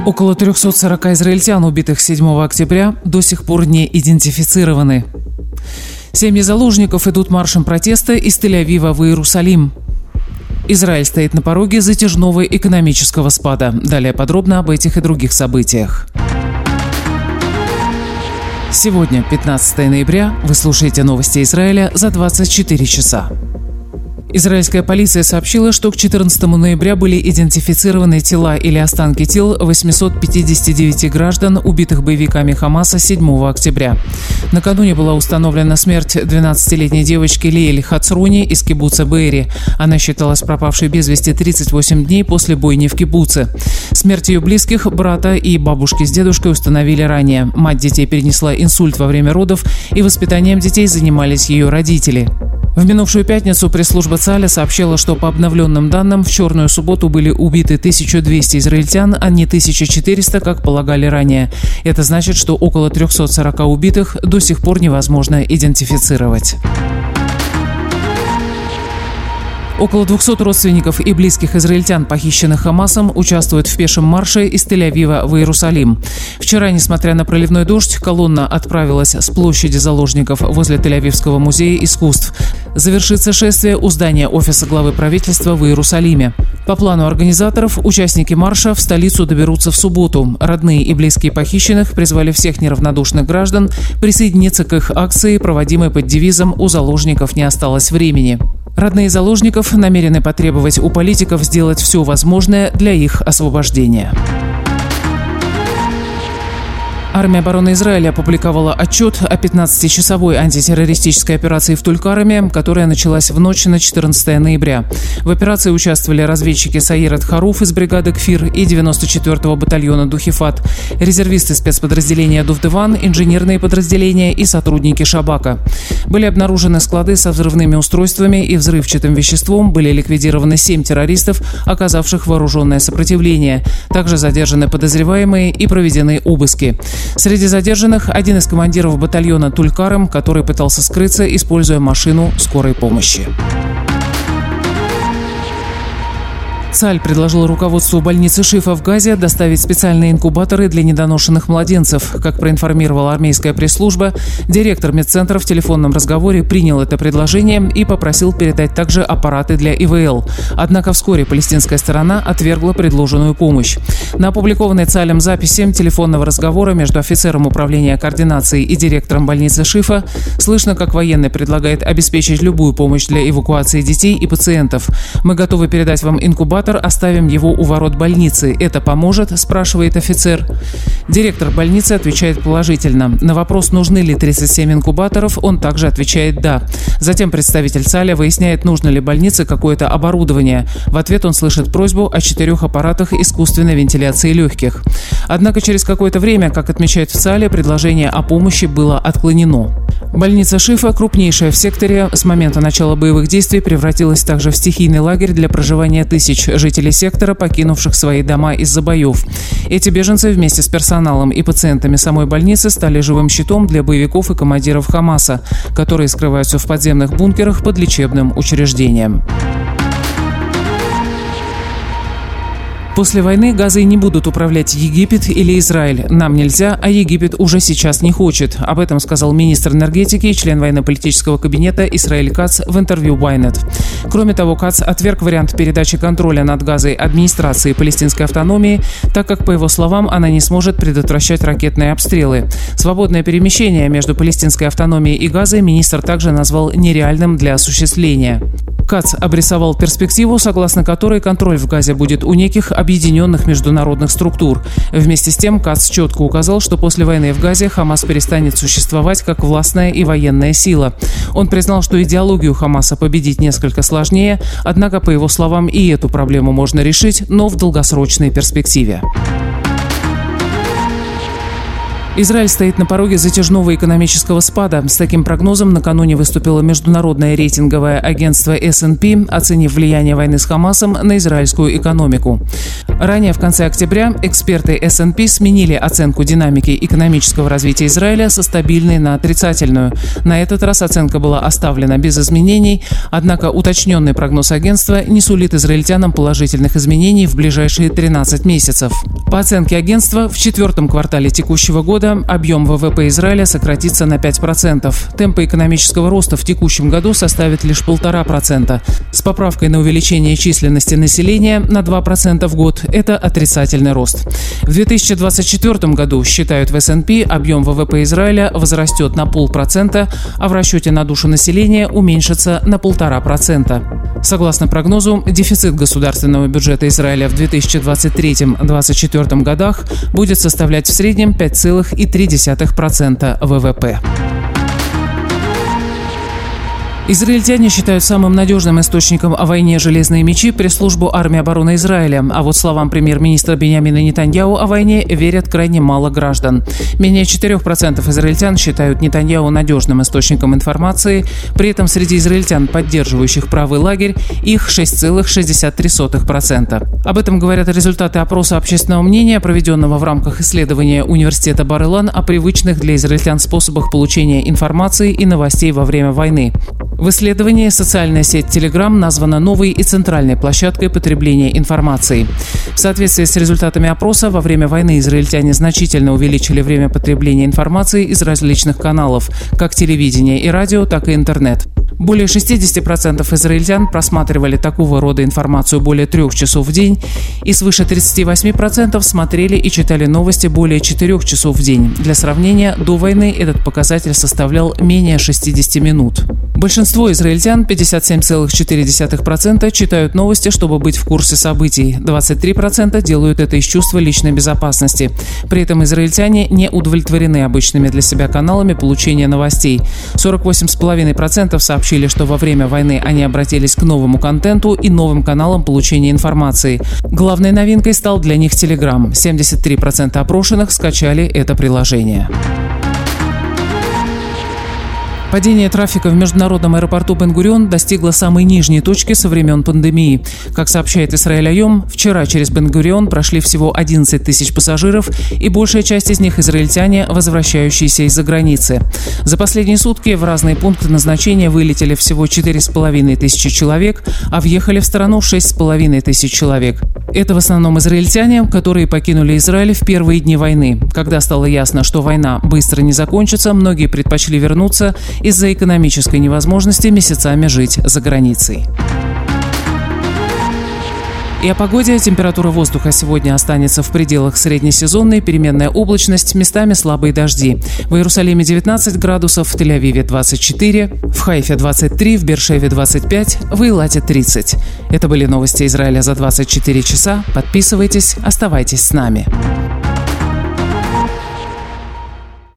Около 340 израильтян, убитых 7 октября, до сих пор не идентифицированы. Семьи заложников идут маршем протеста из Тель-Авива в Иерусалим. Израиль стоит на пороге затяжного экономического спада. Далее подробно об этих и других событиях. Сегодня, 15 ноября, вы слушаете новости Израиля за 24 часа. Израильская полиция сообщила, что к 14 ноября были идентифицированы тела или останки тел 859 граждан, убитых боевиками Хамаса 7 октября. Накануне была установлена смерть 12-летней девочки Лиэль Хацруни из кибуца Беэри. Она считалась пропавшей без вести 38 дней после бойни в кибуце. Смерть ее близких, брата и бабушки с дедушкой установили ранее. Мать детей перенесла инсульт во время родов, и воспитанием детей занимались ее родители. В минувшую пятницу пресс-служба ЦАЛЯ сообщила, что по обновленным данным в черную субботу были убиты 1200 израильтян, а не 1400, как полагали ранее. Это значит, что около 340 убитых до сих пор невозможно идентифицировать. Около 200 родственников и близких израильтян, похищенных Хамасом, участвуют в пешем марше из Тель-Авива в Иерусалим. Вчера, несмотря на проливной дождь, колонна отправилась с площади заложников возле Тель-Авивского музея искусств. Завершится шествие у здания офиса главы правительства в Иерусалиме. По плану организаторов, участники марша в столицу доберутся в субботу. Родные и близкие похищенных призвали всех неравнодушных граждан присоединиться к их акции, проводимой под девизом «У заложников не осталось времени». Родные заложников намерены потребовать у политиков сделать все возможное для их освобождения. Армия обороны Израиля опубликовала отчет о 15-часовой антитеррористической операции в Туль-Караме, которая началась в ночь на 14 ноября. В операции участвовали разведчики Саират Харуф из бригады Кфир и 94-го батальона Духифат, резервисты спецподразделения Дуфдеван, инженерные подразделения и сотрудники Шабака. Были обнаружены склады со взрывными устройствами и взрывчатым веществом, были ликвидированы 7 террористов, оказавших вооруженное сопротивление. Также задержаны подозреваемые и проведены обыски. Среди задержанных один из командиров батальона Туль-Карам, который пытался скрыться, используя машину скорой помощи. ЦАЛЬ предложил руководству больницы Шифа в Газе доставить специальные инкубаторы для недоношенных младенцев. Как проинформировала армейская пресс-служба, директор медцентра в телефонном разговоре принял это предложение и попросил передать также аппараты для ИВЛ. Однако вскоре палестинская сторона отвергла предложенную помощь. На опубликованной ЦАЛем записи телефонного разговора между офицером управления координации и директором больницы Шифа слышно, как военный предлагает обеспечить любую помощь для эвакуации детей и пациентов. «Мы готовы передать вам инкубатор, оставим его у ворот больницы. Это поможет?» – спрашивает офицер. Директор больницы отвечает положительно. На вопрос, нужны ли 37 инкубаторов, он также отвечает «да». Затем представитель ЦАЛя выясняет, нужно ли больнице какое-то оборудование. В ответ он слышит просьбу о 4 аппаратах искусственной вентиляции легких. Однако через какое-то время, как отмечают в ЦАЛе, предложение о помощи было отклонено. Больница Шифа, крупнейшая в секторе, с момента начала боевых действий превратилась также в стихийный лагерь для проживания тысяч жителей сектора, покинувших свои дома из-за боев. Эти беженцы вместе с персоналом и пациентами самой больницы стали живым щитом для боевиков и командиров Хамаса, которые скрываются в подземных бункерах под лечебным учреждением. После войны Газой не будут управлять Египет или Израиль. Нам нельзя, а Египет уже сейчас не хочет. Об этом сказал министр энергетики и член военно-политического кабинета Исраэль Кац в интервью Ynet. Кроме того, Кац отверг вариант передачи контроля над Газой администрации палестинской автономии, так как, по его словам, она не сможет предотвращать ракетные обстрелы. Свободное перемещение между палестинской автономией и Газой министр также назвал нереальным для осуществления. Кац обрисовал перспективу, согласно которой контроль в Газе будет у неких объединенных международных структур. Вместе с тем Кац четко указал, что после войны в Газе Хамас перестанет существовать как властная и военная сила. Он признал, что идеологию Хамаса победить несколько сложнее, однако, по его словам, и эту проблему можно решить, но в долгосрочной перспективе. Израиль стоит на пороге затяжного экономического спада. С таким прогнозом накануне выступило международное рейтинговое агентство S&P, оценив влияние войны с Хамасом на израильскую экономику. Ранее, в конце октября, эксперты S&P сменили оценку динамики экономического развития Израиля со стабильной на отрицательную. На этот раз оценка была оставлена без изменений, однако уточненный прогноз агентства не сулит израильтянам положительных изменений в ближайшие 13 месяцев. По оценке агентства, в четвертом квартале текущего года объем ВВП Израиля сократится на 5%. Темпы экономического роста в текущем году составят лишь 1,5%. С поправкой на увеличение численности населения на 2% в год – это отрицательный рост. В 2024 году, считают в S&P, объем ВВП Израиля возрастет на 0,5%, а в расчете на душу населения уменьшится на 1,5%. Согласно прогнозу, дефицит государственного бюджета Израиля в 2023-2024 годах будет составлять в среднем 5,3% ВВП. Израильтяне считают самым надежным источником о войне железные мечи пресс-службу армии обороны Израиля, а вот словам премьер-министра Биньямина Нетаньяху о войне верят крайне мало граждан. Менее 4% израильтян считают Нетаньяху надежным источником информации, при этом среди израильтян, поддерживающих правый лагерь, их 6,63%. Об этом говорят результаты опроса общественного мнения, проведенного в рамках исследования университета Бар-Илан о привычных для израильтян способах получения информации и новостей во время войны. В исследовании социальная сеть Telegram названа новой и центральной площадкой потребления информации. В соответствии с результатами опроса, во время войны израильтяне значительно увеличили время потребления информации из различных каналов, как телевидение и радио, так и интернет. Более 60% израильтян просматривали такого рода информацию более 3 часов в день, и свыше 38% смотрели и читали новости более 4 часов в день. Для сравнения, до войны этот показатель составлял менее 60 минут. Большинство израильтян, 57,4%, читают новости, чтобы быть в курсе событий. 23% делают это из чувства личной безопасности. При этом израильтяне не удовлетворены обычными для себя каналами получения новостей. 48,5% сообщили, что во время войны они обратились к новому контенту и новым каналам получения информации. Главной новинкой стал для них Telegram. 73% опрошенных скачали это приложение. Падение трафика в международном аэропорту Бен-Гурион достигло самой нижней точки со времен пандемии. Как сообщает Исраэль Айом, вчера через Бен-Гурион прошли всего 11 тысяч пассажиров, и большая часть из них израильтяне, возвращающиеся из-за границы. За последние сутки в разные пункты назначения вылетели всего 4,5 тысячи человек, а въехали в страну 6,5 тысяч человек. Это в основном израильтяне, которые покинули Израиль в первые дни войны. Когда стало ясно, что война быстро не закончится, многие предпочли вернуться из-за экономической невозможности месяцами жить за границей. И о погоде. Температура воздуха сегодня останется в пределах среднесезонной, переменная облачность, местами слабые дожди. В Иерусалиме 19 градусов, в Тель-Авиве 24, в Хайфе 23, в Беэр-Шеве 25, в Эйлате 30. Это были новости Израиля за 24 часа. Подписывайтесь, оставайтесь с нами.